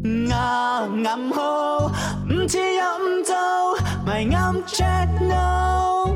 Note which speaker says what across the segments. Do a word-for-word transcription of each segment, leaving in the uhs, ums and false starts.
Speaker 1: 啱啱好，唔似又唔做，咪啱 channel。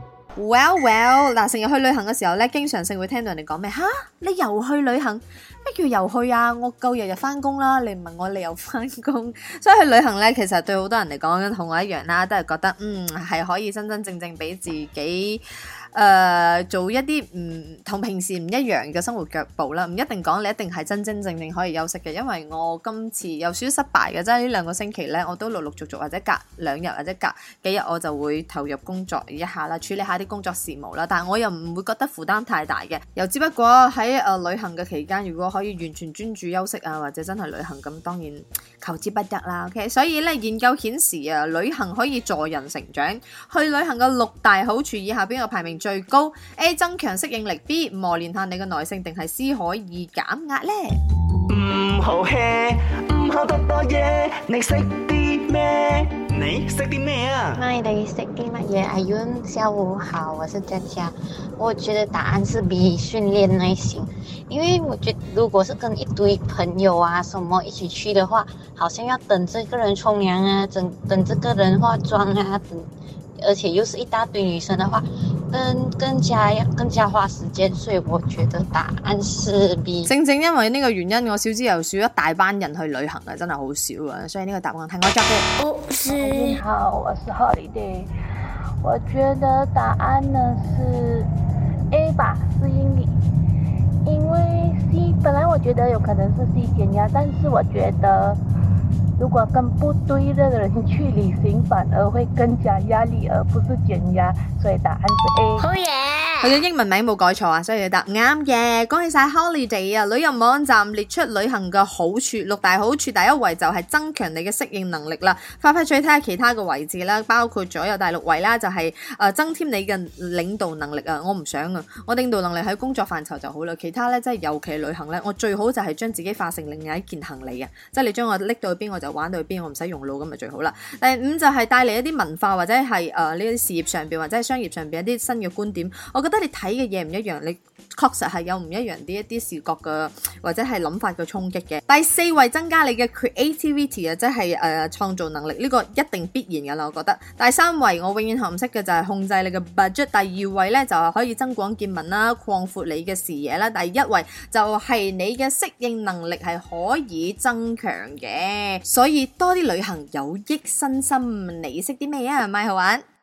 Speaker 2: Well well， 嗱，成日去旅行嘅時候咧，經常性會聽到人哋講咩吓？你又去旅行？咩叫又去啊？我夠日日翻工啦，你唔問我你又翻工，所以去旅行咧，其實對好多人嚟講，同我一樣啦，都係覺得嗯係可以真真正正俾自己。誒、呃、做一啲唔同平時唔一樣嘅生活腳步啦，唔一定講你一定係真真正正可以休息嘅，因為我今次有少少失敗嘅，即係呢兩個星期咧，我都陸陸續續或者隔兩日或者隔幾日我就會投入工作一下啦，處理下啲工作事務啦，但係我又唔會覺得負擔太大嘅，又只不過喺誒、呃、旅行嘅期間，如果可以完全專注休息啊，或者真係旅行咁，當然求之不得啦。OK， 所以咧研究顯示啊，旅行可以助人成長。去旅行嘅六大好處，以下邊個排名最高 ？A. 增強適應力 B. 磨練下你嘅耐性定係 C. 可以減壓呢？
Speaker 1: 唔好 hea， 唔好多多嘢，你識啲咩？你識啲咩啊？
Speaker 3: 咪你識啲乜嘢？阿 Yun， 下午好，我是佳佳。我覺得答案是 B， 訓練耐心。因為我覺得如果是跟一堆朋友啊什麼一起去的話，好像要等這個人沖涼啊，等等這個人化妝啊，等，而且又是一大堆女生的話，更更加更加花時間，所以我覺得答案是 B。
Speaker 2: 正正因為呢個原因，我少之又少，一大班人去旅行啊，真係好少啊，所以呢個答案係我作嘅。
Speaker 4: 哦，是。你好，我是 Holiday。我覺得答案呢是 A 吧，適應力。因為 C 本來我覺得有可能是 C 減壓，但是我覺得如果跟不對的人去旅行，反而會更加壓力，而不是減壓，所以答案是 A。
Speaker 3: 好嘢！
Speaker 2: 佢嘅英文名冇改錯啊，所以答啱嘅。恭喜晒 Holiday 啊！旅遊網站列出旅行嘅好處，六大好處，第一位就係增強你嘅適應能力啦。快快脆睇下其他嘅位置啦，包括咗有第六位啦，就係、是、誒、呃、增添你嘅領導能力啊！我唔想啊，我領導能力喺工作範疇就好啦，其他咧即係尤其旅行咧，我最好就係將自己化成另外一件行李啊！即係你將我拎到去邊我就玩到去邊，我唔使用腦咁咪最好啦。第五就係帶嚟一啲文化或者係誒呢啲事業上邊或者係商業上邊一啲新嘅觀點，我覺得你睇嘅嘢唔一樣，你確實係有唔一樣啲一啲視覺嘅或者係諗法嘅衝擊嘅。第四位增加你嘅 creativity 啊，即係誒創造能力，呢個一定必然噶啦，我覺得。第三位我永遠學唔識嘅就係控制你嘅 budget。第二位咧就係可以增廣見聞啦，擴闊你嘅視野啦。第一位就係你嘅適應能力係可以增強嘅，所以多啲旅行有益身心。你識啲咩啊？咪好玩。